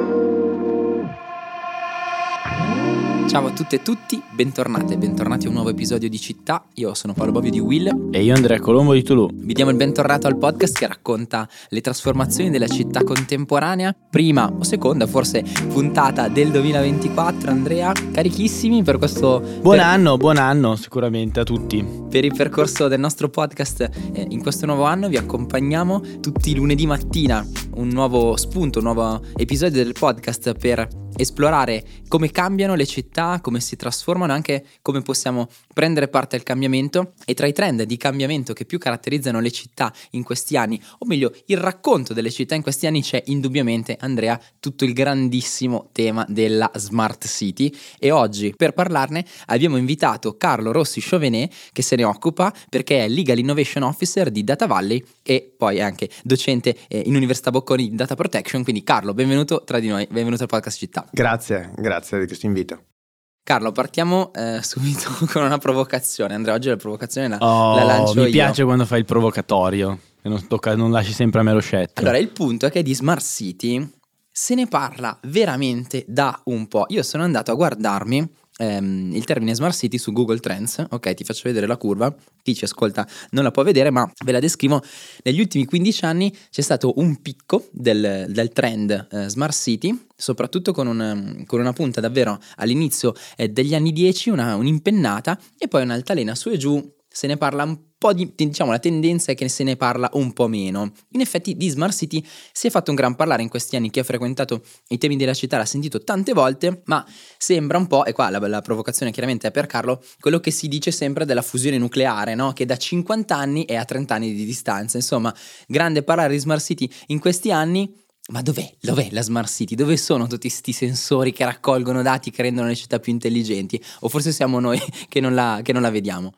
Ciao a tutte e tutti, bentornati a un nuovo episodio di Città. Io sono Paolo Bovio di Will. E io Andrea Colombo di Toulouse. Vi diamo il bentornato al podcast che racconta le trasformazioni della città contemporanea. Prima o seconda, forse, puntata del 2024. Andrea, carichissimi per questo... Buon anno sicuramente a tutti. Per il percorso del nostro podcast in questo nuovo anno vi accompagniamo tutti i lunedì mattina. Un nuovo spunto, un nuovo episodio del podcast per esplorare come cambiano le città, come si trasformano, anche come possiamo prendere parte al cambiamento. E tra i trend di cambiamento che più caratterizzano le città in questi anni, o meglio il racconto delle città in questi anni, c'è indubbiamente, Andrea, tutto il grandissimo tema della Smart City. E oggi per parlarne abbiamo invitato Carlo Rossi Chauvenet, che se ne occupa perché è Legal Innovation Officer di Data Valley e poi è anche docente in Università Bocconi di Data Protection. Quindi Carlo, benvenuto tra di noi, benvenuto al podcast Città. Grazie di questo invito. Carlo, partiamo subito con una provocazione. Andrea, oggi la provocazione la lancio io. Mi piace quando fai il provocatorio, che non lasci sempre a me lo scettro. Allora, il punto è che di Smart City se ne parla veramente da un po'. Io sono andato a guardarmi il termine Smart City su Google Trends. Ok, ti faccio vedere la curva. Chi ci ascolta non la può vedere, ma ve la descrivo. Negli ultimi 15 anni c'è stato un picco del trend Smart City, soprattutto con una punta davvero all'inizio degli anni 10, un'impennata e poi un'altalena su e giù. Se ne parla un po' diciamo la tendenza è che se ne parla un po' meno. In effetti di Smart City si è fatto un gran parlare in questi anni. Chi ha frequentato i temi della città l'ha sentito tante volte, ma sembra un po', e qua la provocazione chiaramente è per Carlo, quello che si dice sempre della fusione nucleare, no? Che da 50 anni è a 30 anni di distanza. Insomma, grande parlare di Smart City in questi anni. Ma dov'è la Smart City? Dove sono tutti sti sensori che raccolgono dati, che rendono le città più intelligenti? O forse siamo noi che non la vediamo?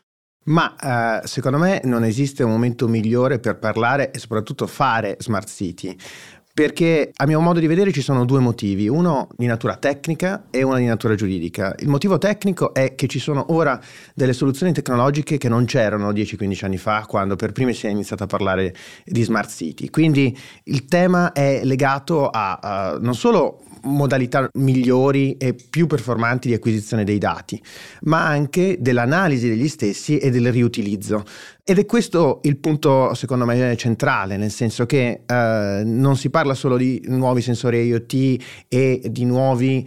Ma secondo me non esiste un momento migliore per parlare e soprattutto fare Smart City, perché a mio modo di vedere ci sono due motivi, uno di natura tecnica e uno di natura giuridica. Il motivo tecnico è che ci sono ora delle soluzioni tecnologiche che non c'erano 10-15 anni fa, quando per primi si è iniziato a parlare di Smart City. Quindi il tema è legato a non solo modalità migliori e più performanti di acquisizione dei dati, ma anche dell'analisi degli stessi e del riutilizzo. Ed è questo il punto secondo me centrale, nel senso che non si parla solo di nuovi sensori IoT e di nuovi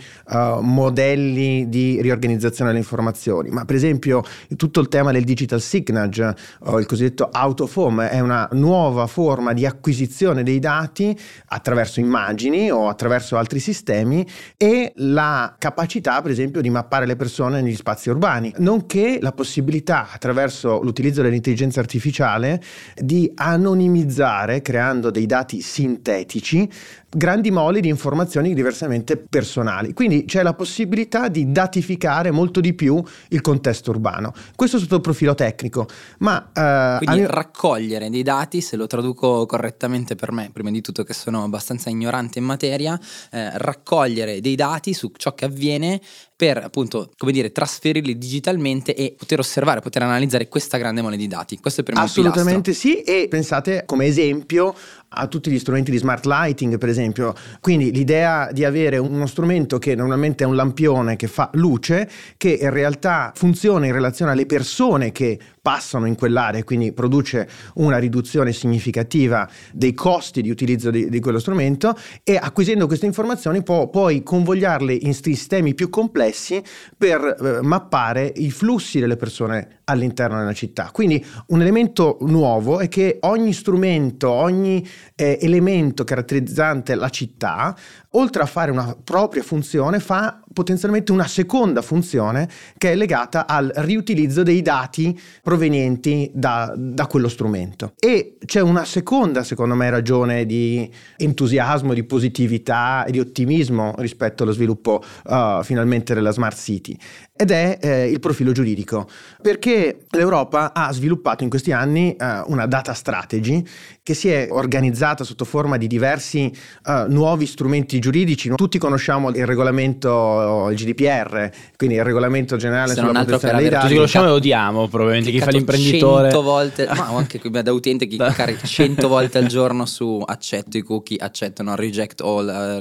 modelli di riorganizzazione delle informazioni, ma per esempio tutto il tema del digital signage o il cosiddetto out of home è una nuova forma di acquisizione dei dati attraverso immagini o attraverso altri sistemi e la capacità per esempio di mappare le persone negli spazi urbani, nonché la possibilità attraverso l'utilizzo dell'intelligenza artificiale di anonimizzare, creando dei dati sintetici, grandi mole di informazioni diversamente personali. Quindi c'è la possibilità di datificare molto di più il contesto urbano. Questo sotto il profilo tecnico, ma quindi raccogliere dei dati, se lo traduco correttamente per me, prima di tutto che sono abbastanza ignorante in materia, raccogliere dei dati su ciò che avviene per appunto, come dire, trasferirli digitalmente e poter osservare, poter analizzare questa grande mole di dati. Questo è per me assolutamente sì, e pensate come esempio a tutti gli strumenti di smart lighting, per esempio. Quindi l'idea di avere uno strumento che normalmente è un lampione che fa luce, che in realtà funziona in relazione alle persone che passano in quell'area, quindi produce una riduzione significativa dei costi di utilizzo di quello strumento, e acquisendo queste informazioni può poi convogliarle in sistemi più complessi per mappare i flussi delle persone all'interno della città. Quindi un elemento nuovo è che ogni strumento, ogni elemento caratterizzante la città, oltre a fare una propria funzione, fa potenzialmente una seconda funzione che è legata al riutilizzo dei dati provenienti da quello strumento. E c'è una seconda, secondo me, ragione di entusiasmo, di positività e di ottimismo rispetto allo sviluppo finalmente della Smart City, ed è il profilo giuridico, perché l'Europa ha sviluppato in questi anni una data strategy che si è organizzata sotto forma di diversi nuovi strumenti giuridici. Tutti conosciamo il regolamento, il GDPR, quindi il regolamento generale sulla protezione dei dati. Tutti conosciamo e odiamo, probabilmente chi fa l'imprenditore 100 volte, ma anche da utente che carica 100 volte al giorno su accetto i cookie, accetto no, reject all,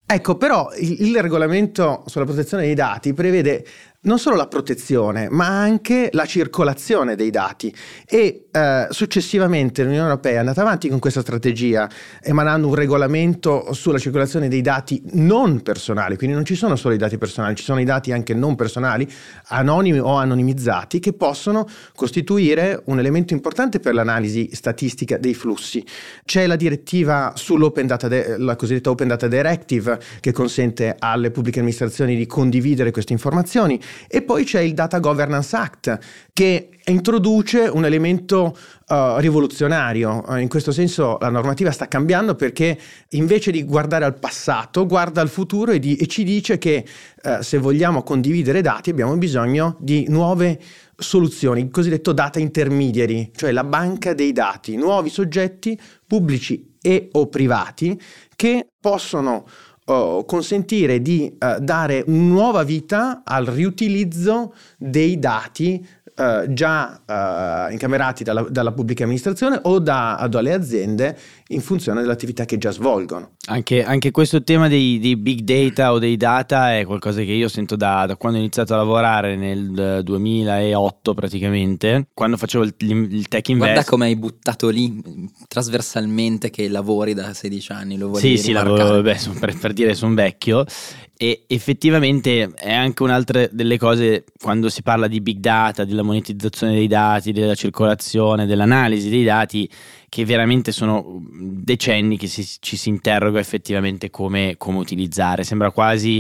Ecco, però il regolamento sulla protezione dei dati prevede non solo la protezione, ma anche la circolazione dei dati e successivamente l'Unione Europea è andata avanti con questa strategia, emanando un regolamento sulla circolazione dei dati non personali, quindi non ci sono solo i dati personali, ci sono i dati anche non personali, anonimi o anonimizzati, che possono costituire un elemento importante per l'analisi statistica dei flussi. C'è la direttiva sull'Open Data, la cosiddetta Open Data Directive, che consente alle pubbliche amministrazioni di condividere queste informazioni. E poi c'è il Data Governance Act, che introduce un elemento rivoluzionario. In questo senso la normativa sta cambiando, perché invece di guardare al passato guarda al futuro e ci dice che se vogliamo condividere dati abbiamo bisogno di nuove soluzioni, il cosiddetto data intermediary, cioè la banca dei dati, nuovi soggetti pubblici e o privati che possono consentire di dare nuova vita al riutilizzo dei dati già incamerati dalla pubblica amministrazione o dalle aziende in funzione dell'attività che già svolgono. Anche questo tema dei big data o dei data è qualcosa che io sento da quando ho iniziato a lavorare nel 2008 praticamente, quando facevo il tech invest. Guarda come hai buttato lì trasversalmente che lavori da 16 anni, lo volevi Sì, lavoro, per dire sono vecchio. E effettivamente è anche un'altra delle cose quando si parla di big data, della monetizzazione dei dati, della circolazione, dell'analisi dei dati, che veramente sono decenni che ci si interroga effettivamente come utilizzare. Sembra quasi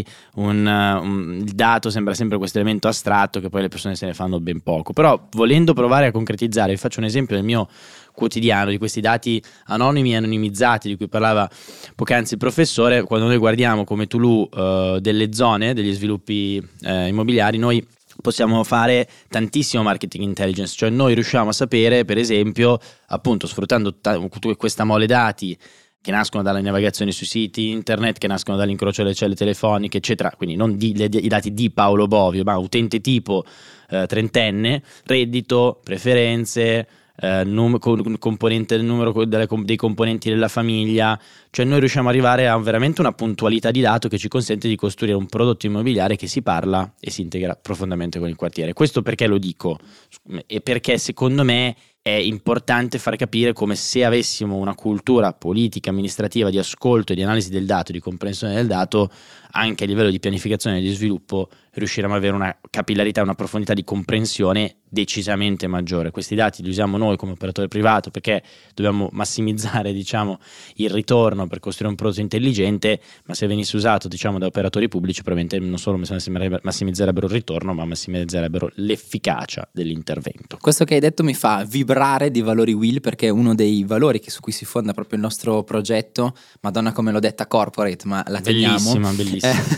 il dato sembra sempre questo elemento astratto che poi le persone se ne fanno ben poco. Però volendo provare a concretizzare, vi faccio un esempio del mio quotidiano, di questi dati anonimi e anonimizzati di cui parlava poc'anzi il professore. Quando noi guardiamo come Toulouse delle zone, degli sviluppi immobiliari, noi possiamo fare tantissimo marketing intelligence, cioè noi riusciamo a sapere, per esempio, appunto sfruttando questa mole dati che nascono dalle navigazioni sui siti internet, che nascono dall'incrocio delle celle telefoniche, eccetera, quindi non i dati di Paolo Bovio, ma utente tipo trentenne, reddito, preferenze, componente del numero dei componenti della famiglia. Cioè noi riusciamo ad arrivare a veramente una puntualità di dato che ci consente di costruire un prodotto immobiliare che si parla e si integra profondamente con il quartiere. Questo perché lo dico? E perché secondo me è importante far capire come, se avessimo una cultura politica, amministrativa di ascolto e di analisi del dato, di comprensione del dato, anche a livello di pianificazione e di sviluppo riusciremo ad avere una capillarità, una profondità di comprensione decisamente maggiore. Questi dati li usiamo noi come operatore privato perché dobbiamo massimizzare, diciamo, il ritorno per costruire un prodotto intelligente, ma se venisse usato, diciamo, da operatori pubblici, probabilmente non solo massimizzerebbero il ritorno, ma massimizzerebbero l'efficacia dell'intervento. Questo che hai detto mi fa vibrare di valori Will, perché è uno dei valori su cui si fonda proprio il nostro progetto. Madonna come l'ho detta corporate, ma la teniamo. Bellissima.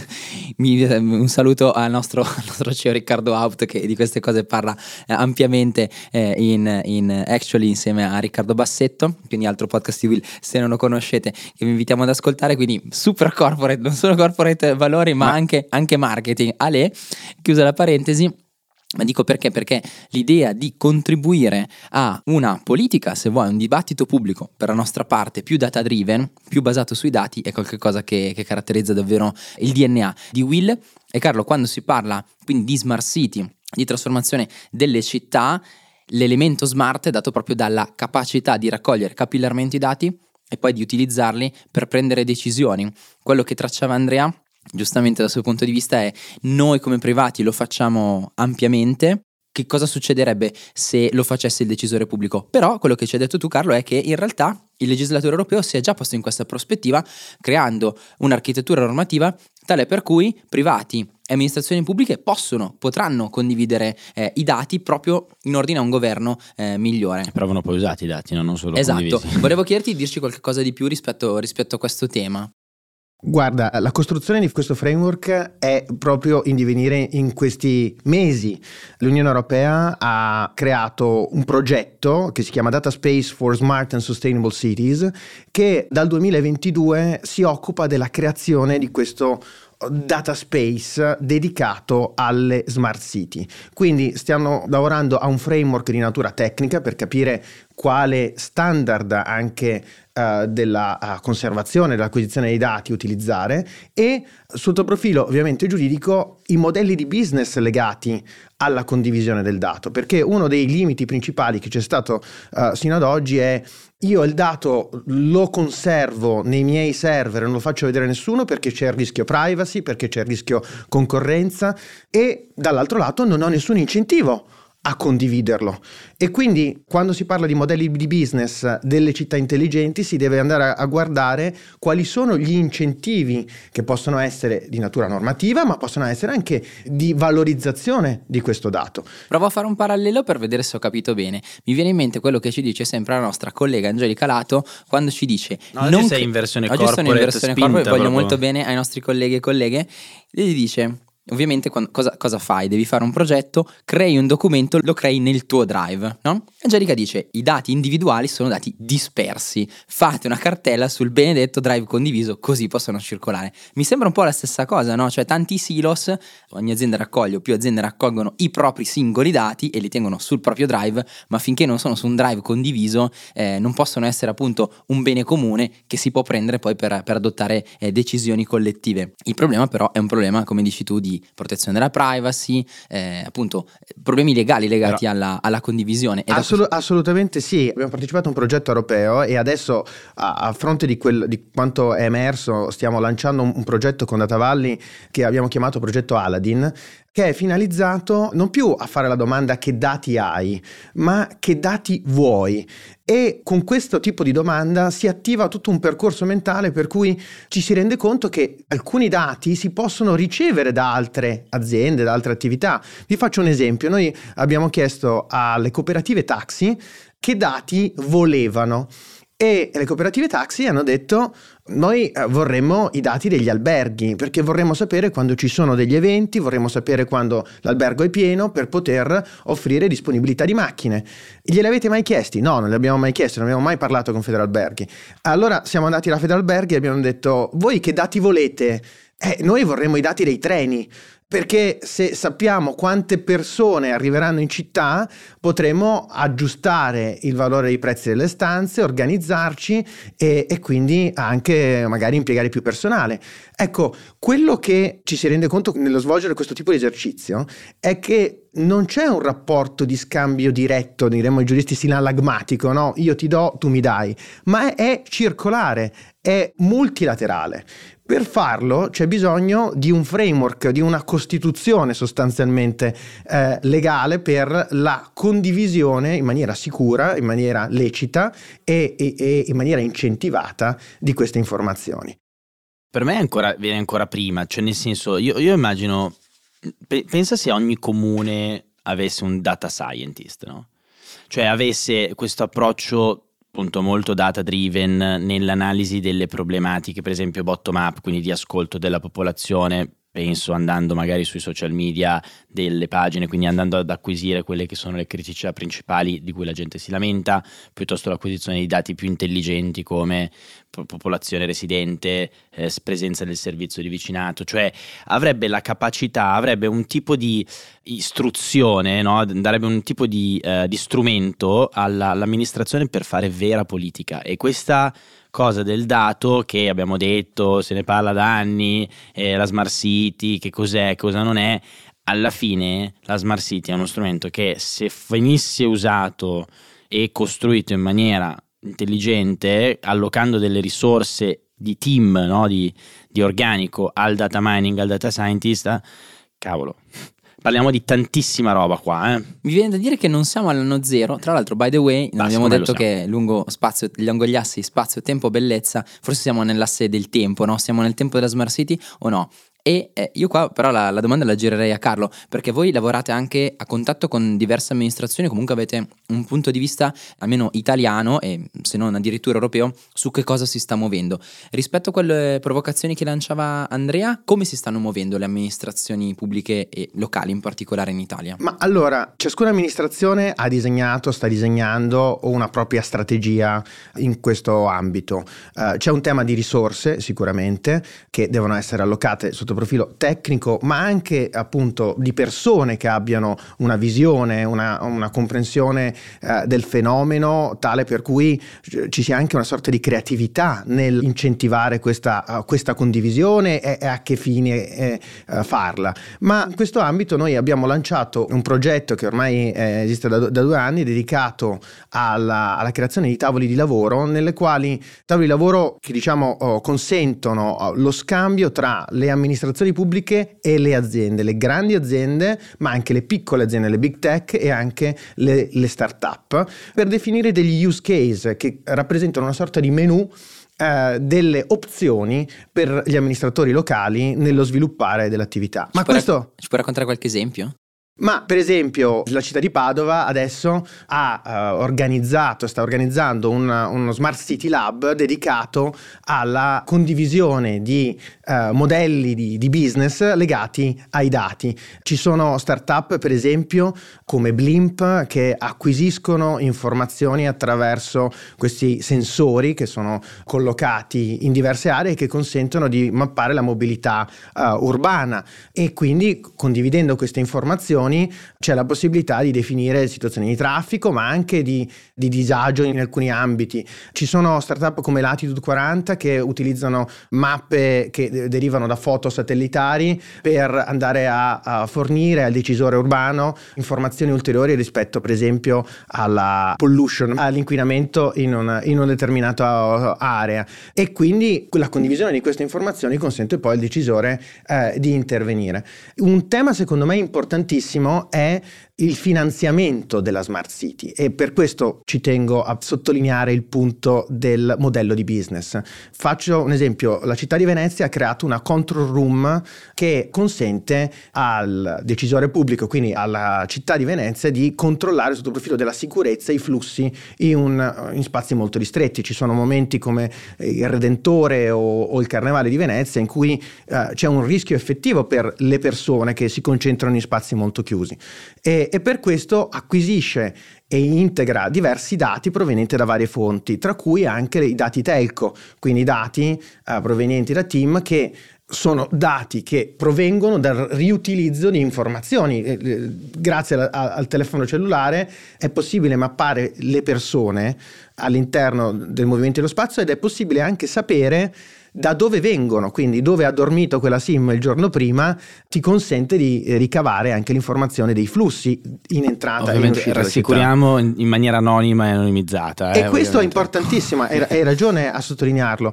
Un saluto al nostro CEO Riccardo Out, che di queste cose parla ampiamente in Actually insieme a Riccardo Bassetto, quindi altro podcast di Will se non lo conoscete, che vi invitiamo ad ascoltare. Quindi super corporate, non solo corporate valori ma anche marketing. Ale, chiusa la parentesi. Ma dico perché? Perché l'idea di contribuire a una politica, se vuoi, un dibattito pubblico per la nostra parte più data driven, più basato sui dati, è qualcosa che caratterizza davvero il DNA di Will. E Carlo, quando si parla quindi di smart city, di trasformazione delle città, l'elemento smart è dato proprio dalla capacità di raccogliere capillarmente i dati e poi di utilizzarli per prendere decisioni. Quello che tracciava Andrea, giustamente dal suo punto di vista, è: noi come privati lo facciamo ampiamente, che cosa succederebbe se lo facesse il decisore pubblico? Però quello che ci hai detto tu, Carlo, è che in realtà il legislatore europeo si è già posto in questa prospettiva, creando un'architettura normativa tale per cui privati e amministrazioni pubbliche potranno condividere i dati proprio in ordine a un governo migliore. Però vanno poi usati i dati, no? Non solo esatto. condivisi. Volevo chiederti di dirci qualcosa di più rispetto a questo tema. Guarda, la costruzione di questo framework è proprio in divenire in questi mesi. L'Unione Europea ha creato un progetto che si chiama Data Space for Smart and Sustainable Cities, che dal 2022 si occupa della creazione di questo data space dedicato alle smart city. Quindi stiamo lavorando a un framework di natura tecnica per capire quale standard anche della conservazione, dell'acquisizione dei dati utilizzare, e sotto profilo ovviamente giuridico i modelli di business legati alla condivisione del dato, perché uno dei limiti principali che c'è stato sino ad oggi è: io il dato lo conservo nei miei server e non lo faccio vedere a nessuno perché c'è il rischio privacy, perché c'è il rischio concorrenza, e dall'altro lato non ho nessun incentivo a condividerlo. E quindi quando si parla di modelli di business delle città intelligenti si deve andare a guardare quali sono gli incentivi che possono essere di natura normativa, ma possono essere anche di valorizzazione di questo dato. Provo a fare un parallelo per vedere se ho capito bene. Mi viene in mente quello che ci dice sempre la nostra collega Angelica Lato quando ci dice oggi sei in versione oggi corporate, sono in versione spinta, corporate, voglio proprio. molto bene ai nostri colleghi e colleghe, e gli dice: ovviamente cosa fai? Devi fare un progetto, crei un documento, lo crei nel tuo drive, no? Angelica dice: i dati individuali sono dati dispersi, fate una cartella sul benedetto drive condiviso così possono circolare. Mi sembra un po' la stessa cosa, no? Cioè tanti silos, ogni azienda raccoglie o più aziende raccolgono i propri singoli dati e li tengono sul proprio drive, ma finché non sono su un drive condiviso non possono essere appunto un bene comune che si può prendere poi per adottare decisioni collettive. Il problema però è un problema, come dici tu, di protezione della privacy, appunto problemi legali legati alla condivisione. Assolutamente sì, abbiamo partecipato a un progetto europeo e adesso a fronte di quanto è emerso stiamo lanciando un progetto con Data Valley che abbiamo chiamato progetto Aladdin, che è finalizzato non più a fare la domanda che dati hai, ma che dati vuoi. E con questo tipo di domanda si attiva tutto un percorso mentale per cui ci si rende conto che alcuni dati si possono ricevere da altre aziende, da altre attività. Vi faccio un esempio: noi abbiamo chiesto alle cooperative taxi che dati volevano e le cooperative taxi hanno detto: noi vorremmo i dati degli alberghi perché vorremmo sapere quando ci sono degli eventi, vorremmo sapere quando l'albergo è pieno per poter offrire disponibilità di macchine. Glieli avete mai chiesti? No, non li abbiamo mai chiesti, non abbiamo mai parlato con Federalberghi. Allora siamo andati alla Federalberghi e abbiamo detto: voi che dati volete? Noi vorremmo i dati dei treni, perché se sappiamo quante persone arriveranno in città potremo aggiustare il valore dei prezzi delle stanze, organizzarci e quindi anche magari impiegare più personale. Ecco, quello che ci si rende conto nello svolgere questo tipo di esercizio è che non c'è un rapporto di scambio diretto, diremmo i giuristi sinallagmatico, no? Io ti do, tu mi dai, ma è circolare, è multilaterale. Per farlo c'è bisogno di un framework, di una costituzione sostanzialmente legale per la condivisione in maniera sicura, in maniera lecita e in maniera incentivata di queste informazioni. Per me viene ancora prima, cioè nel senso, io immagino, pensa se ogni comune avesse un data scientist, no? Cioè avesse questo approccio appunto molto data driven nell'analisi delle problematiche, per esempio bottom up, quindi di ascolto della popolazione, penso andando magari sui social media delle pagine, quindi andando ad acquisire quelle che sono le criticità principali di cui la gente si lamenta, piuttosto l'acquisizione di dati più intelligenti come popolazione residente, presenza del servizio di vicinato, cioè avrebbe la capacità, avrebbe un tipo di istruzione, no? Darebbe un tipo di strumento all'amministrazione per fare vera politica. E questa cosa del dato che abbiamo detto, se ne parla da anni, la Smart City, che cos'è, cosa non è, alla fine la Smart City è uno strumento che se venisse usato e costruito in maniera intelligente, allocando delle risorse di team, no? di organico al data mining, al data scientist, cavolo, parliamo di tantissima roba qua. Mi viene da dire che non siamo all'anno zero. Tra l'altro, by the way, non abbiamo detto che lungo gli assi spazio, tempo, bellezza, forse siamo nell'asse del tempo, no? Siamo nel tempo della Smart City o no? E io qua però la domanda la girerei a Carlo, perché voi lavorate anche a contatto con diverse amministrazioni, comunque avete un punto di vista almeno italiano e se non addirittura europeo su che cosa si sta muovendo. Rispetto a quelle provocazioni che lanciava Andrea, come si stanno muovendo le amministrazioni pubbliche e locali in particolare in Italia? Ma allora, ciascuna amministrazione sta disegnando una propria strategia in questo ambito. C'è un tema di risorse sicuramente che devono essere allocate sotto profilo tecnico, ma anche appunto di persone che abbiano una visione, una comprensione del fenomeno, tale per cui ci sia anche una sorta di creatività nel incentivare questa condivisione e a che fine farla. Ma in questo ambito noi abbiamo lanciato un progetto che ormai esiste da 2 anni, dedicato alla creazione di tavoli di lavoro, nelle quali tavoli di lavoro che consentono lo scambio tra le amministrazioni pubbliche e le aziende, le grandi aziende, ma anche le piccole aziende, le big tech e anche le start-up, per definire degli use case che rappresentano una sorta di menu delle opzioni per gli amministratori locali nello sviluppare dell'attività. Ci puoi raccontare qualche esempio? Ma per esempio la città di Padova adesso sta organizzando uno Smart City Lab dedicato alla condivisione di modelli di business legati ai dati. Ci sono startup per esempio come Blimp che acquisiscono informazioni attraverso questi sensori che sono collocati in diverse aree e che consentono di mappare la mobilità urbana, e quindi condividendo queste informazioni c'è la possibilità di definire situazioni di traffico, ma anche di disagio in alcuni ambiti. Ci sono startup come Latitude 40 che utilizzano mappe che derivano da foto satellitari per andare a fornire al decisore urbano informazioni ulteriori rispetto per esempio alla pollution, all'inquinamento in una determinata area, e quindi la condivisione di queste informazioni consente poi al decisore di intervenire. Un tema secondo me importantissimo è il finanziamento della Smart City, e per questo ci tengo a sottolineare il punto del modello di business. Faccio un esempio: la città di Venezia ha creato una control room che consente al decisore pubblico, quindi alla città di Venezia, di controllare sotto il profilo della sicurezza i flussi in spazi molto ristretti. Ci sono momenti come il Redentore o il Carnevale di Venezia in cui c'è un rischio effettivo per le persone che si concentrano in spazi molto chiusi, e per questo acquisisce e integra diversi dati provenienti da varie fonti, tra cui anche i dati telco, quindi dati provenienti da TIM, che sono dati che provengono dal riutilizzo di informazioni. Grazie al telefono cellulare è possibile mappare le persone all'interno del movimento dello spazio, ed è possibile anche sapere da dove vengono, quindi dove ha dormito quella SIM il giorno prima ti consente di ricavare anche l'informazione dei flussi in entrata e in uscita. Rassicuriamo in maniera anonima e anonimizzata. E questo è importantissimo, hai ragione a sottolinearlo.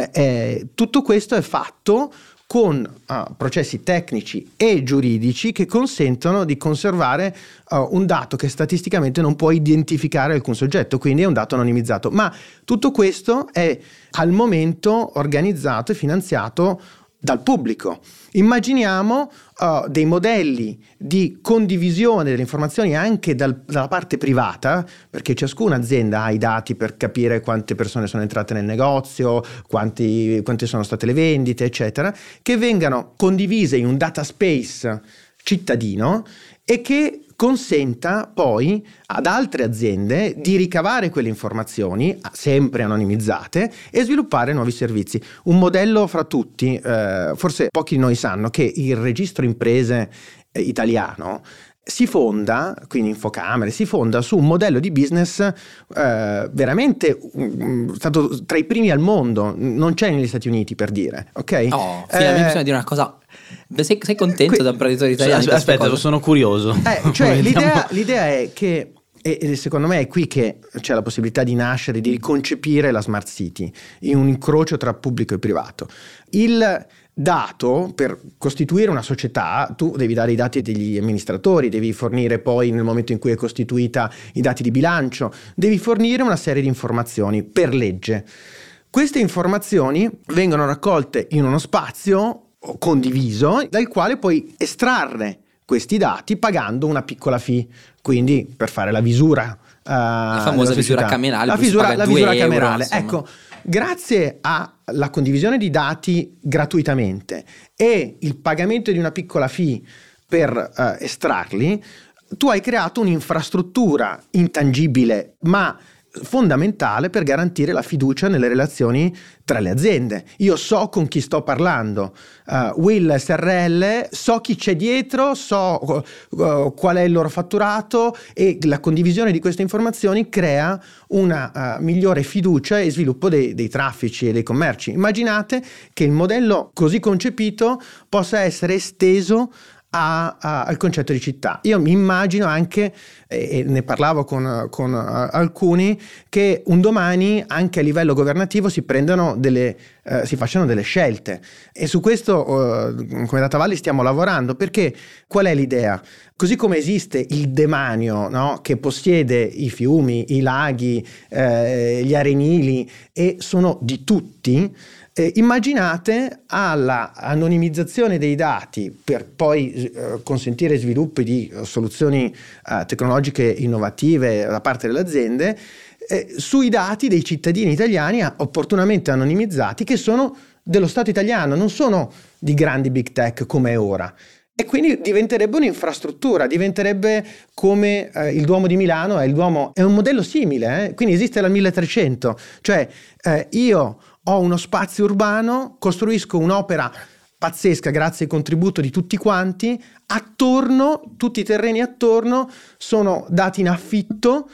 Tutto questo è fatto con processi tecnici e giuridici che consentono di conservare un dato che statisticamente non può identificare alcun soggetto, quindi è un dato anonimizzato. Ma tutto questo è al momento organizzato e finanziato dal pubblico. Immaginiamo dei modelli di condivisione delle informazioni anche dalla parte privata, perché ciascuna azienda ha i dati per capire quante persone sono entrate nel negozio, quante sono state le vendite, eccetera, che vengano condivise in un data space cittadino e che consenta poi ad altre aziende di ricavare quelle informazioni, sempre anonimizzate, e sviluppare nuovi servizi. Un modello fra tutti, forse pochi di noi sanno che il registro imprese italiano si fonda, quindi Infocamere, si fonda su un modello di business veramente stato tra i primi al mondo, non c'è negli Stati Uniti, per dire, ok? Oh, finalmente bisogna dire una cosa. Sei contento da imprenditore italiano? Aspetta, sono curioso. Cioè l'idea è che, e secondo me è qui che c'è la possibilità di nascere, di riconcepire la Smart City in un incrocio tra pubblico e privato. Il dato, per costituire una società, tu devi dare i dati degli amministratori, devi fornire poi, nel momento in cui è costituita, i dati di bilancio, devi fornire una serie di informazioni per legge. Queste informazioni vengono raccolte in uno spazio condiviso, dal quale puoi estrarre questi dati pagando una piccola fee, quindi per fare la visura, la famosa visura camerale, la visura camerale. Ecco, grazie alla condivisione di dati gratuitamente e il pagamento di una piccola fee per estrarli, tu hai creato un'infrastruttura intangibile ma fondamentale per garantire la fiducia nelle relazioni tra le aziende. Io so con chi sto parlando, Will SRL, so chi c'è dietro, so qual è il loro fatturato, e la condivisione di queste informazioni crea una migliore fiducia e sviluppo dei traffici e dei commerci. Immaginate che il modello così concepito possa essere esteso al concetto di città. Io mi immagino anche, e ne parlavo con alcuni, che un domani anche a livello governativo si facciano delle scelte, e su questo come Data Valley stiamo lavorando, perché qual è l'idea? Così come esiste il demanio, no? Che possiede i fiumi, i laghi, gli arenili, e sono di tutti. Immaginate alla anonimizzazione dei dati per poi consentire sviluppi di soluzioni tecnologiche innovative da parte delle aziende sui dati dei cittadini italiani opportunamente anonimizzati, che sono dello Stato italiano, non sono di grandi big tech come è ora. E quindi diventerebbe un'infrastruttura, diventerebbe come il Duomo di Milano. Il Duomo è un modello simile, quindi esiste dal 1300, cioè io ho uno spazio urbano, costruisco un'opera pazzesca grazie al contributo di tutti quanti, attorno, tutti i terreni attorno sono dati in affitto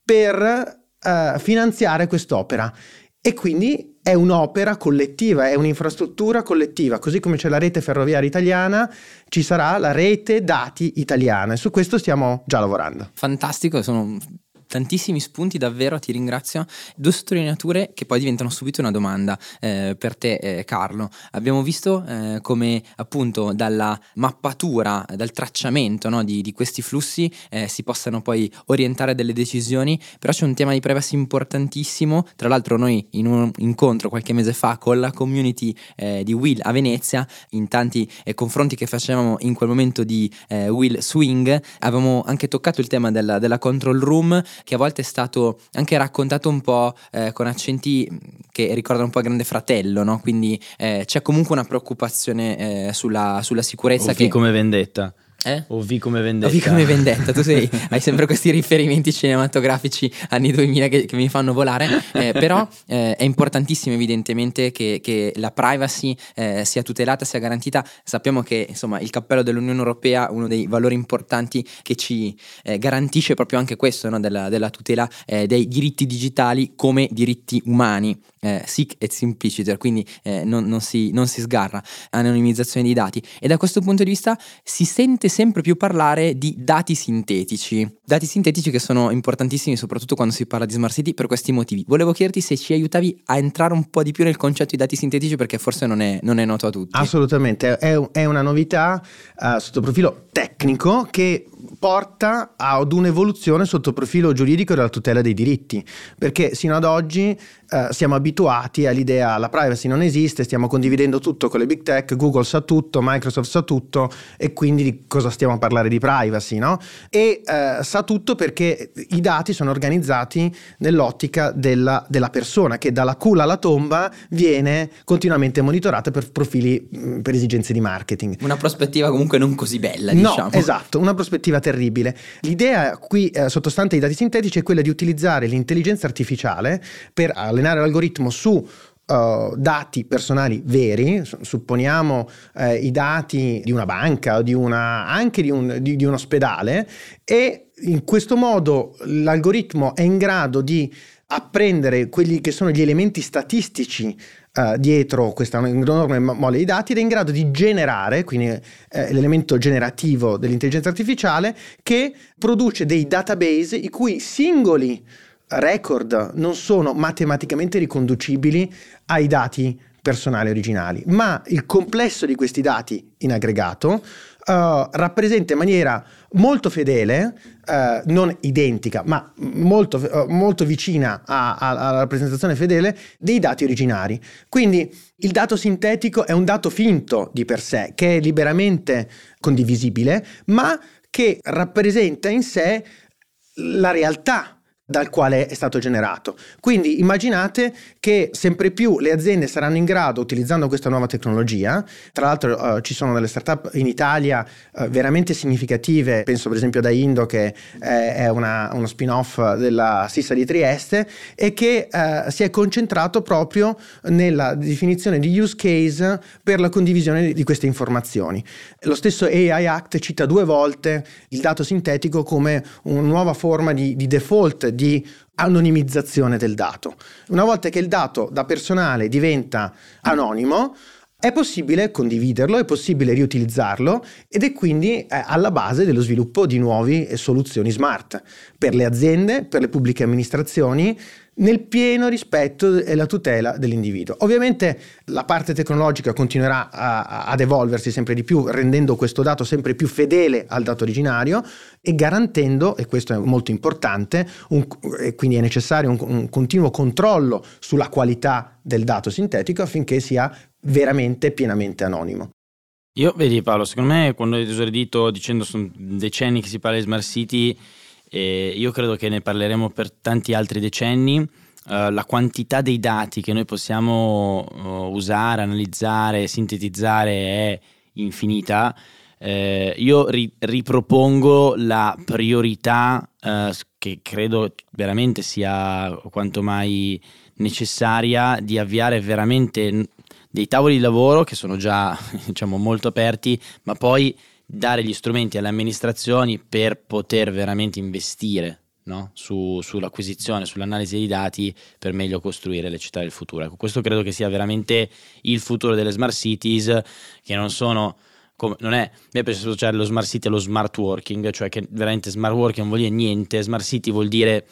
per finanziare quest'opera, e quindi è un'opera collettiva, è un'infrastruttura collettiva. Così come c'è la rete ferroviaria italiana, ci sarà la rete dati italiana, e su questo stiamo già lavorando. Fantastico, sono tantissimi spunti, davvero, ti ringrazio. Due sottolineature che poi diventano subito una domanda per te, Carlo. Abbiamo visto come appunto dalla mappatura, dal tracciamento, no, di questi flussi si possano poi orientare delle decisioni, però c'è un tema di privacy importantissimo. Tra l'altro noi in un incontro qualche mese fa con la community di Will a Venezia, in tanti confronti che facevamo in quel momento di Will Swing, avevamo anche toccato il tema della control room, che a volte è stato anche raccontato un po' con accenti che ricordano un po' Grande Fratello, no? Quindi c'è comunque una preoccupazione sulla sicurezza. O come Vendetta. O V come Vendetta. O V come Vendetta, tu hai sempre questi riferimenti cinematografici anni 2000 che mi fanno volare, però è importantissimo evidentemente che la privacy sia tutelata, sia garantita. Sappiamo che insomma il cappello dell'Unione Europea, uno dei valori importanti che ci garantisce proprio anche questo, no? della tutela dei diritti digitali come diritti umani, sic et simpliciter, quindi non si sgarra, anonimizzazione dei dati. E da questo punto di vista si sente sempre più parlare di dati sintetici che sono importantissimi, soprattutto quando si parla di smart city, per questi motivi. Volevo chiederti se ci aiutavi a entrare un po' di più nel concetto di dati sintetici, perché forse non è noto a tutti. Assolutamente, è una novità sotto profilo tecnico che porta ad un'evoluzione sotto profilo giuridico della tutela dei diritti, perché sino ad oggi siamo abituati all'idea la privacy non esiste, stiamo condividendo tutto con le big tech, Google sa tutto, Microsoft sa tutto, e quindi di cosa stiamo a parlare di privacy, no? E sa tutto perché i dati sono organizzati nell'ottica della persona, che dalla culla alla tomba viene continuamente monitorata per profili, per esigenze di marketing. Una prospettiva comunque non così bella, diciamo. No, esatto, una prospettiva terribile. L'idea qui sottostante ai dati sintetici è quella di utilizzare l'intelligenza artificiale per allenare l'algoritmo su dati personali veri, supponiamo i dati di una banca o anche di un ospedale, e in questo modo l'algoritmo è in grado di apprendere quelli che sono gli elementi statistici dietro questa enorme mole di dati, ed è in grado di generare, quindi l'elemento generativo dell'intelligenza artificiale, che produce dei database i cui singoli record non sono matematicamente riconducibili ai dati personali originali, ma il complesso di questi dati in aggregato rappresenta in maniera molto fedele, non identica, ma molto vicina alla rappresentazione fedele dei dati originari. Quindi il dato sintetico è un dato finto di per sé, che è liberamente condivisibile, ma che rappresenta in sé la realtà dal quale è stato generato. Quindi immaginate che sempre più le aziende saranno in grado, utilizzando questa nuova tecnologia, tra l'altro ci sono delle startup in Italia veramente significative, penso per esempio da Indo, che è uno spin-off della Sissa di Trieste, e che si è concentrato proprio nella definizione di use case per la condivisione di queste informazioni. Lo stesso AI Act cita 2 volte il dato sintetico come una nuova forma di default, di anonimizzazione del dato. Una volta che il dato da personale diventa anonimo, è possibile condividerlo, è possibile riutilizzarlo, ed è quindi alla base dello sviluppo di nuove soluzioni smart per le aziende, per le pubbliche amministrazioni, nel pieno rispetto e la tutela dell'individuo. Ovviamente la parte tecnologica continuerà ad evolversi sempre di più, rendendo questo dato sempre più fedele al dato originario e garantendo, e questo è molto importante, e quindi è necessario un continuo controllo sulla qualità del dato sintetico affinché sia veramente pienamente anonimo. Io, vedi Paolo, secondo me quando hai esordito dicendo sono decenni che si parla di Smart City, io credo che ne parleremo per tanti altri decenni. La quantità dei dati che noi possiamo usare, analizzare, sintetizzare è infinita. Io ripropongo la priorità che credo veramente sia quanto mai necessaria, di avviare veramente dei tavoli di lavoro che sono già diciamo molto aperti, ma poi dare gli strumenti alle amministrazioni per poter veramente investire, no? Sull'acquisizione, sull'analisi dei dati, per meglio costruire le città del futuro. Ecco, questo credo che sia veramente il futuro delle smart cities, che non sono non è, mi piace associare lo smart city allo smart working, cioè che veramente smart working non vuol dire niente, smart city vuol dire,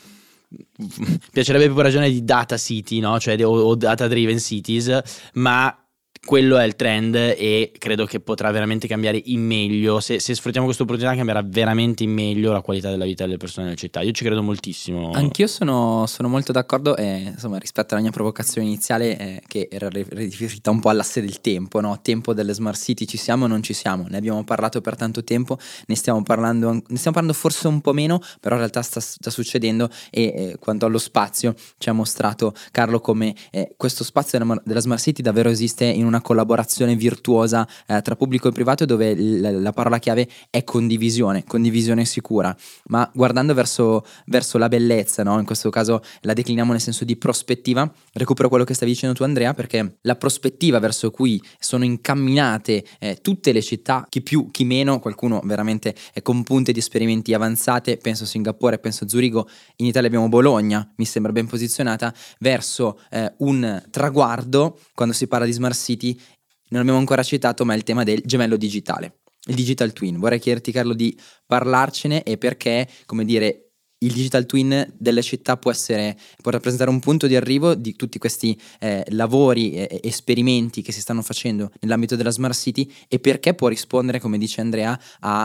piacerebbe più ragione di data city, no? Cioè o data driven cities, ma quello è il trend e credo che potrà veramente cambiare in meglio. Se sfruttiamo questa opportunità, cambierà veramente in meglio la qualità della vita delle persone nelle città. Io ci credo moltissimo. Anch'io sono molto d'accordo, insomma, rispetto alla mia provocazione iniziale, che era riferita un po' all'asse del tempo, no? Tempo delle smart city, ci siamo o non ci siamo? Ne abbiamo parlato per tanto tempo, ne stiamo parlando forse un po' meno, però in realtà sta succedendo. E quanto allo spazio, ci ha mostrato Carlo come questo spazio della smart city davvero esiste in una collaborazione virtuosa tra pubblico e privato, dove la parola chiave è condivisione sicura, ma guardando verso la bellezza, no? In questo caso la decliniamo nel senso di prospettiva. Recupero quello che stavi dicendo tu, Andrea, perché la prospettiva verso cui sono incamminate tutte le città, chi più chi meno, qualcuno veramente con punte di esperimenti avanzate, penso a Singapore, penso a Zurigo, in Italia abbiamo Bologna, mi sembra ben posizionata verso un traguardo. Quando si parla di smart city, non abbiamo ancora citato, ma è il tema del gemello digitale, il digital twin. Vorrei chiederti, Carlo, di parlarcene e perché, come dire, il digital twin delle città può rappresentare un punto di arrivo di tutti questi lavori e esperimenti che si stanno facendo nell'ambito della smart city, e perché può rispondere, come dice Andrea,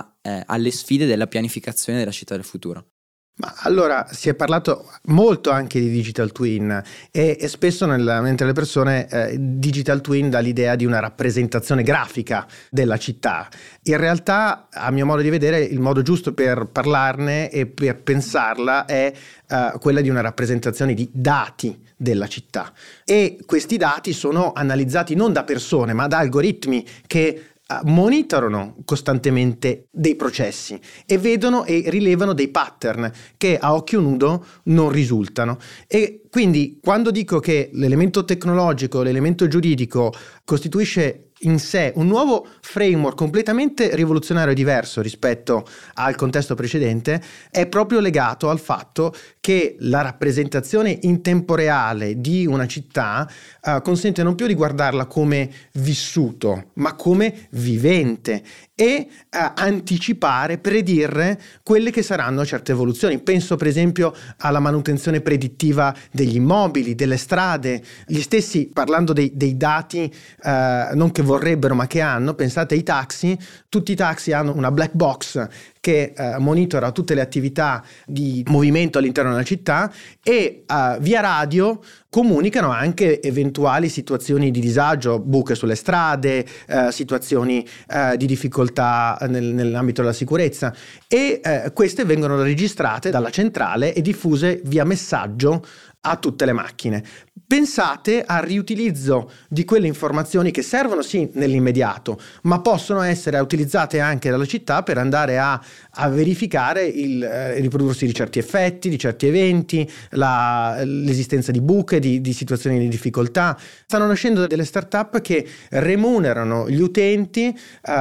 alle sfide della pianificazione della città del futuro. Ma allora, si è parlato molto anche di digital twin e spesso mentre le persone digital twin dà l'idea di una rappresentazione grafica della città. In realtà, a mio modo di vedere, il modo giusto per parlarne e per pensarla è quella di una rappresentazione di dati della città, e questi dati sono analizzati non da persone ma da algoritmi che monitorano costantemente dei processi e vedono e rilevano dei pattern che a occhio nudo non risultano. E quindi quando dico che l'elemento tecnologico, l'elemento giuridico costituisce in sé un nuovo framework completamente rivoluzionario e diverso rispetto al contesto precedente, è proprio legato al fatto che la rappresentazione in tempo reale di una città consente non più di guardarla come vissuto, ma come vivente, e anticipare, predire quelle che saranno certe evoluzioni. Penso per esempio alla manutenzione predittiva degli immobili, delle strade, gli stessi, parlando dei dati non che vorrebbero ma che hanno, pensate ai taxi, tutti i taxi hanno una black box che monitora tutte le attività di movimento all'interno della città e via radio comunicano anche eventuali situazioni di disagio, buche sulle strade, situazioni di difficoltà nell'ambito della sicurezza, e queste vengono registrate dalla centrale e diffuse via messaggio a tutte le macchine. Pensate al riutilizzo di quelle informazioni che servono sì nell'immediato, ma possono essere utilizzate anche dalla città per andare a verificare il riprodursi di certi effetti, di certi eventi, l'esistenza di buche, di situazioni di difficoltà. Stanno nascendo delle start-up che remunerano gli utenti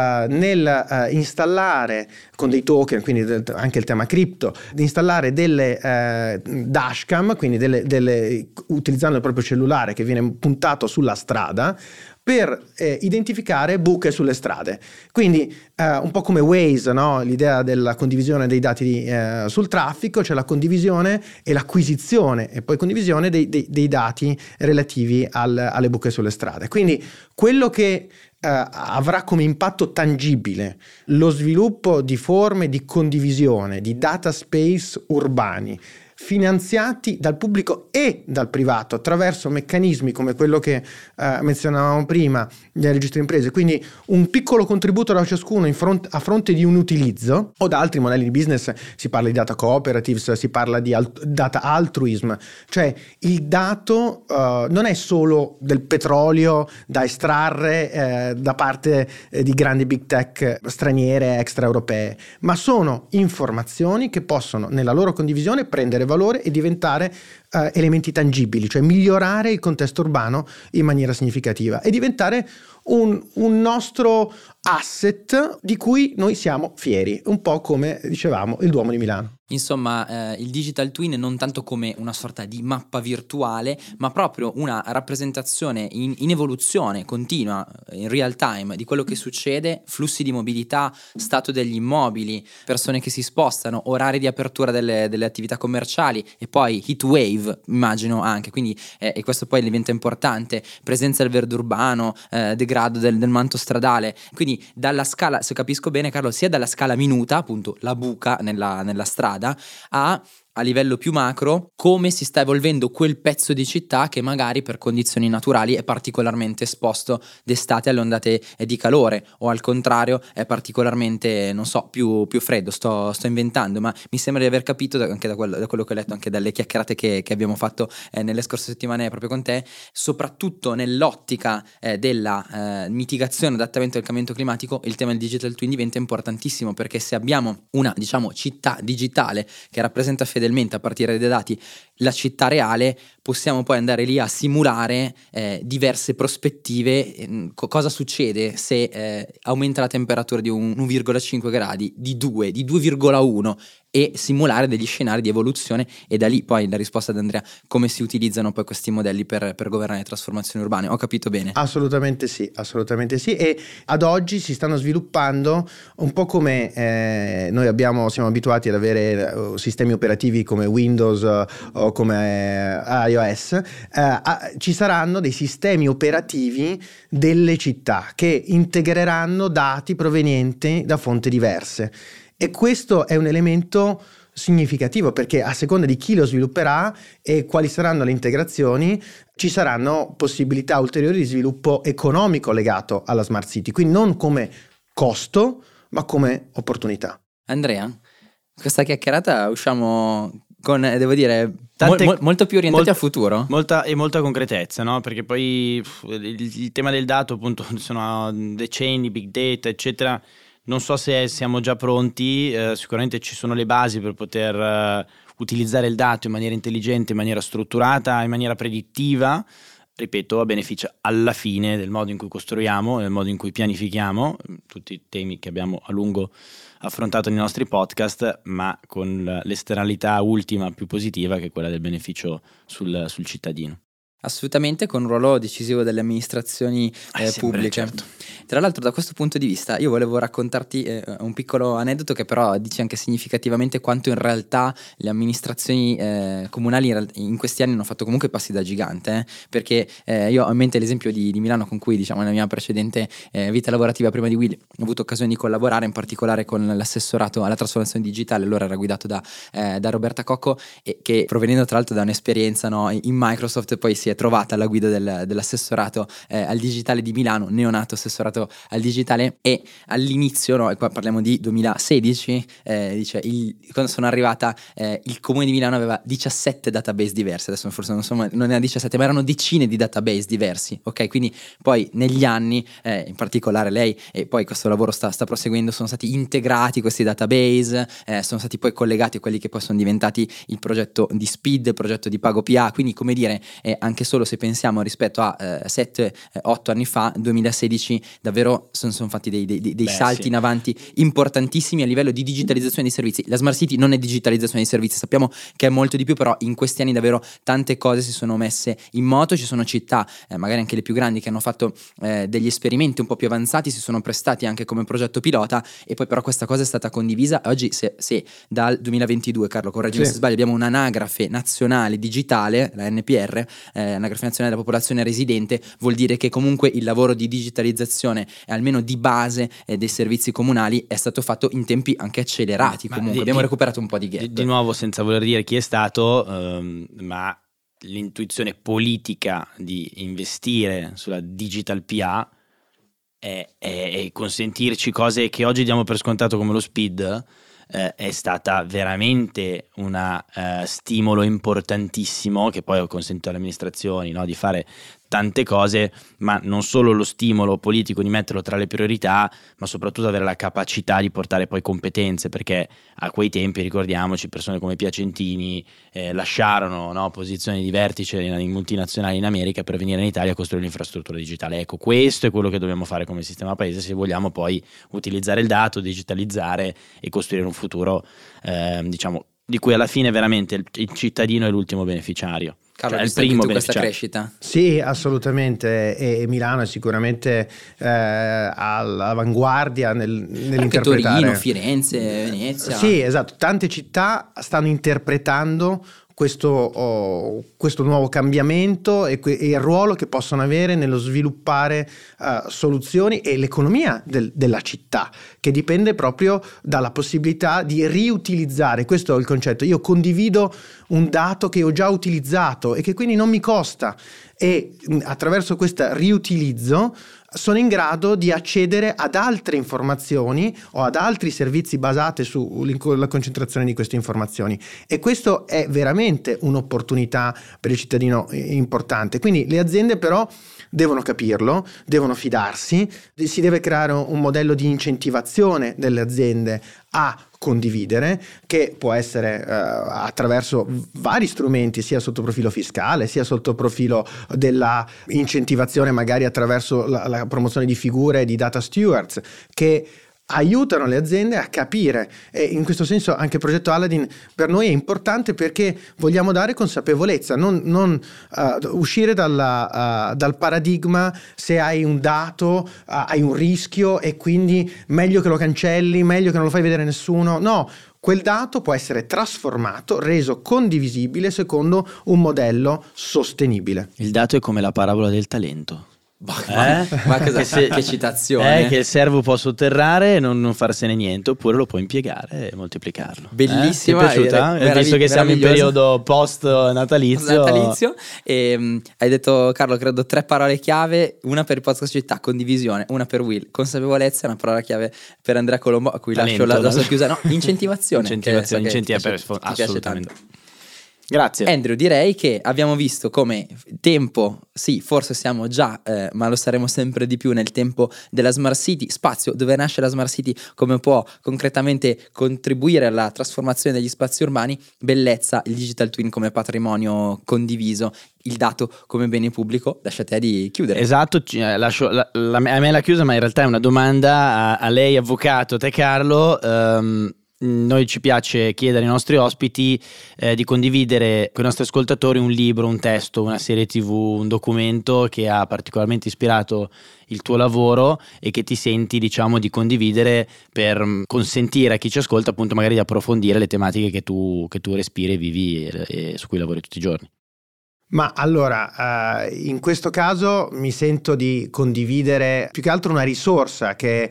nel installare con dei token, quindi anche il tema cripto, di installare delle dashcam, quindi utilizzando il proprio cellulare che viene puntato sulla strada per identificare buche sulle strade. Quindi un po' come Waze, no? L'idea della condivisione dei dati sul traffico, cioè la condivisione e l'acquisizione e poi condivisione dei dati relativi alle buche sulle strade. Quindi quello che avrà come impatto tangibile lo sviluppo di forme di condivisione di data space urbani finanziati dal pubblico e dal privato attraverso meccanismi come quello che menzionavamo prima dei registri imprese, quindi un piccolo contributo da ciascuno a fronte di un utilizzo, o da altri modelli di business. Si parla di data cooperatives, si parla di data altruism, cioè il dato non è solo del petrolio da estrarre da parte di grandi big tech straniere extraeuropee, ma sono informazioni che possono nella loro condivisione prendere valore e diventare elementi tangibili, cioè migliorare il contesto urbano in maniera significativa e diventare un nostro asset di cui noi siamo fieri, un po' come dicevamo il Duomo di Milano. Insomma, il digital twin non tanto come una sorta di mappa virtuale, ma proprio una rappresentazione in evoluzione continua, in real time, di quello che succede, flussi di mobilità, stato degli immobili, persone che si spostano, orari di apertura delle attività commerciali e poi heat wave, immagino anche, quindi e questo poi diventa importante, presenza del verde urbano, degrado del manto stradale, quindi dalla scala, se capisco bene Carlo, sia dalla scala minuta, appunto la buca nella strada, a livello più macro come si sta evolvendo quel pezzo di città che magari per condizioni naturali è particolarmente esposto d'estate alle ondate di calore, o al contrario è particolarmente, non so, più freddo. Sto inventando, ma mi sembra di aver capito anche da quello che ho letto, anche dalle chiacchierate che abbiamo fatto nelle scorse settimane proprio con te, soprattutto nell'ottica della mitigazione e adattamento al cambiamento climatico. Il tema del digital twin diventa importantissimo, perché se abbiamo una, diciamo, città digitale che rappresenta fedelmente a partire dai dati la città reale, possiamo poi andare lì a simulare diverse prospettive. Cosa succede se aumenta la temperatura di 1,5 gradi, di 2, di 2,1, e simulare degli scenari di evoluzione, e da lì poi la risposta ad Andrea, come si utilizzano poi questi modelli per governare le trasformazioni urbane. Ho capito bene? Assolutamente sì, e ad oggi si stanno sviluppando un po' come noi siamo abituati ad avere sistemi operativi come Windows o come iOS. Ci saranno dei sistemi operativi delle città che integreranno dati provenienti da fonti diverse. E questo è un elemento significativo, perché a seconda di chi lo svilupperà e quali saranno le integrazioni, ci saranno possibilità ulteriori di sviluppo economico legato alla Smart City, quindi non come costo, ma come opportunità. Andrea, questa chiacchierata usciamo con, devo dire, molto più orientati al futuro. Molta concretezza, no? Perché poi il tema del dato, appunto, sono decenni, big data, eccetera. Non so se siamo già pronti, sicuramente ci sono le basi per poter utilizzare il dato in maniera intelligente, in maniera strutturata, in maniera predittiva, ripeto, a beneficio alla fine del modo in cui costruiamo, del modo in cui pianifichiamo, tutti i temi che abbiamo a lungo affrontato nei nostri podcast, ma con l'esternalità ultima più positiva, che è quella del beneficio sul cittadino. Assolutamente, con un ruolo decisivo delle amministrazioni pubbliche. Certo. Tra l'altro, da questo punto di vista, io volevo raccontarti un piccolo aneddoto che però dice anche significativamente quanto in realtà le amministrazioni comunali in questi anni hanno fatto comunque passi da gigante, perché io ho in mente l'esempio di Milano, con cui, diciamo, nella mia precedente vita lavorativa prima di Will ho avuto occasione di collaborare, in particolare con l'assessorato alla trasformazione digitale. Allora era guidato da Roberta Cocco, e che, provenendo tra l'altro da un'esperienza, no, in Microsoft, poi si è trovata alla guida dell'assessorato al digitale di Milano, neonato assessorato al digitale. E all'inizio, no, e qua parliamo di 2016, dice quando sono arrivata, il comune di Milano aveva 17 database diversi. Adesso forse non era 17, ma erano decine di database diversi, ok? Quindi poi negli anni, in particolare lei, e poi questo lavoro sta proseguendo, sono stati integrati questi database, sono stati poi collegati a quelli che poi sono diventati il progetto di Speed, il progetto di Pago PA. Quindi, come dire, anche solo se pensiamo rispetto a 7-8 anni fa, 2016, davvero sono fatti dei salti sì, in avanti importantissimi a livello di digitalizzazione dei servizi. La Smart City non è digitalizzazione dei servizi, sappiamo che è molto di più, però in questi anni davvero tante cose si sono messe in moto. Ci sono città, magari anche le più grandi, che hanno fatto degli esperimenti un po' più avanzati, si sono prestati anche come progetto pilota, e poi però questa cosa è stata condivisa. Oggi se dal 2022, Carlo, correggimi se sbaglio, abbiamo un'anagrafe nazionale digitale, la NPR, anagrafe nazionale della popolazione residente, vuol dire che comunque il lavoro di digitalizzazione, almeno di base, dei servizi comunali è stato fatto in tempi anche accelerati. Comunque abbiamo recuperato un po' di gap. Di nuovo, senza voler dire chi è stato, ma l'intuizione politica di investire sulla digital PA e consentirci cose che oggi diamo per scontato come lo Speed, è stata veramente una stimolo importantissimo, che poi ha consentito alle amministrazioni, no, di fare tante cose, ma non solo lo stimolo politico di metterlo tra le priorità, ma soprattutto avere la capacità di portare poi competenze, perché a quei tempi, ricordiamoci, persone come Piacentini lasciarono, no, posizioni di vertice in multinazionali in America per venire in Italia a costruire l'infrastruttura digitale. Ecco, questo è quello che dobbiamo fare come sistema paese se vogliamo poi utilizzare il dato, digitalizzare e costruire un futuro, diciamo, di cui alla fine veramente il cittadino è l'ultimo beneficiario. Carlo, Cioè, il primo questa crescita? Sì, assolutamente, e Milano è sicuramente all'avanguardia nell'interpretare. Anche Torino, Firenze, Venezia. Sì, esatto, tante città stanno interpretando questo nuovo cambiamento e il ruolo che possono avere nello sviluppare soluzioni, e l'economia della città, che dipende proprio dalla possibilità di riutilizzare. Questo è il concetto: io condivido un dato che ho già utilizzato e che quindi non mi costa, e attraverso questo riutilizzo sono in grado di accedere ad altre informazioni o ad altri servizi basati sulla concentrazione di queste informazioni, e questo è veramente un'opportunità per il cittadino importante. Quindi le aziende però devono capirlo, devono fidarsi, si deve creare un modello di incentivazione delle aziende a condividere, che può essere attraverso vari strumenti, sia sotto profilo fiscale, sia sotto profilo della incentivazione, magari attraverso la promozione di figure di data stewards, che aiutano le aziende a capire. E in questo senso anche il progetto Aladdin per noi è importante, perché vogliamo dare consapevolezza, non uscire dal paradigma: se hai un dato hai un rischio e quindi meglio che lo cancelli, meglio che non lo fai vedere nessuno. No, quel dato può essere trasformato, reso condivisibile secondo un modello sostenibile. Il dato è come la parabola del talento. Ma che citazione, che il servo può sotterrare e non farsene niente, oppure lo può impiegare e moltiplicarlo. Bellissima. Ti è piaciuta? Visto che siamo in periodo post natalizio. E hai detto, Carlo, credo 3 parole chiave: una per il podcast città, condivisione; una per Will, consapevolezza; una parola chiave per Andrea Colombo, a cui talento, lascio la sua chiusa. No, incentivazione. Assolutamente. Grazie. Andrew, direi che abbiamo visto come tempo, sì, forse siamo già, ma lo saremo sempre di più nel tempo della Smart City, spazio dove nasce la Smart City, come può concretamente contribuire alla trasformazione degli spazi urbani, bellezza, il digital twin come patrimonio condiviso, il dato come bene pubblico. Lascia a te di chiudere. Esatto, lascio a me la chiusa, ma in realtà è una domanda a lei, avvocato, te Carlo. noi ci piace chiedere ai nostri ospiti di condividere con i nostri ascoltatori un libro, un testo, una serie TV, un documento che ha particolarmente ispirato il tuo lavoro e che ti senti, diciamo, di condividere per consentire a chi ci ascolta appunto magari di approfondire le tematiche che tu respiri e vivi e su cui lavori tutti i giorni. Ma allora, in questo caso mi sento di condividere più che altro una risorsa che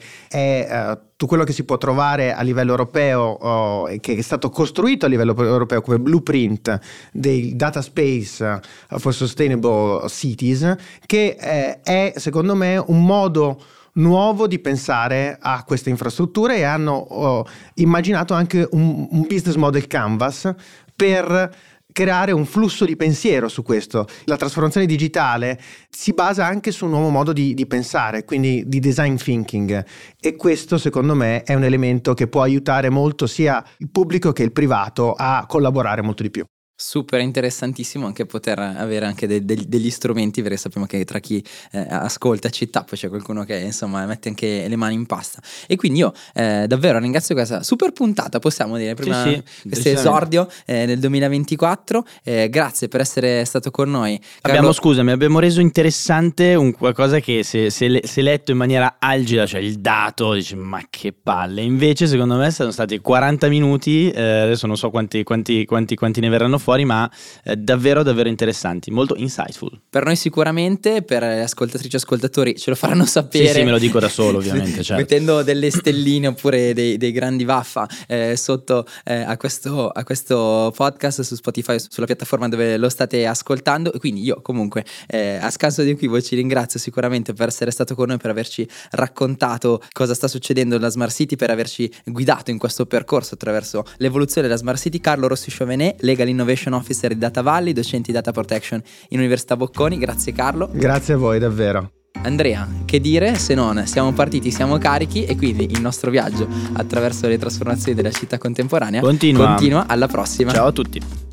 è tutto quello che si può trovare a livello europeo e che è stato costruito a livello europeo come blueprint dei Data Space for Sustainable Cities, che è secondo me un modo nuovo di pensare a queste infrastrutture, e hanno immaginato anche un business model canvas per creare un flusso di pensiero su questo. La trasformazione digitale si basa anche su un nuovo modo di pensare, quindi di design thinking, e questo secondo me è un elemento che può aiutare molto sia il pubblico che il privato a collaborare molto di più. Super interessantissimo anche poter avere anche degli strumenti, perché sappiamo che tra chi ascolta città poi c'è qualcuno che insomma mette anche le mani in pasta, e quindi io davvero ringrazio questa super puntata, possiamo dire, prima questo esordio nel 2024. Grazie per essere stato con noi, Carlo. Abbiamo reso interessante un qualcosa che se letto in maniera algida, cioè il dato, dici ma che palle, invece secondo me sono stati 40 minuti, adesso non so quanti ne verranno fuori, ma davvero interessanti, molto insightful. Per noi sicuramente, per le ascoltatrici e ascoltatori ce lo faranno sapere. Sì, me lo dico da solo ovviamente, certo. Mettendo delle stelline oppure dei grandi vaffa sotto a questo podcast su Spotify, sulla piattaforma dove lo state ascoltando. E quindi io comunque a scanso di equivoco ci ringrazio sicuramente per essere stato con noi, per averci raccontato cosa sta succedendo nella Smart City, per averci guidato in questo percorso attraverso l'evoluzione della Smart City. Carlo Rossi Chauvenet, Legal Innovation Officer di Data Valley, docente di Data Protection in Università Bocconi. Grazie Carlo. Grazie a voi davvero. Andrea, che dire se non siamo partiti, siamo carichi, e quindi il nostro viaggio attraverso le trasformazioni della città contemporanea continua. Alla prossima. Ciao a tutti.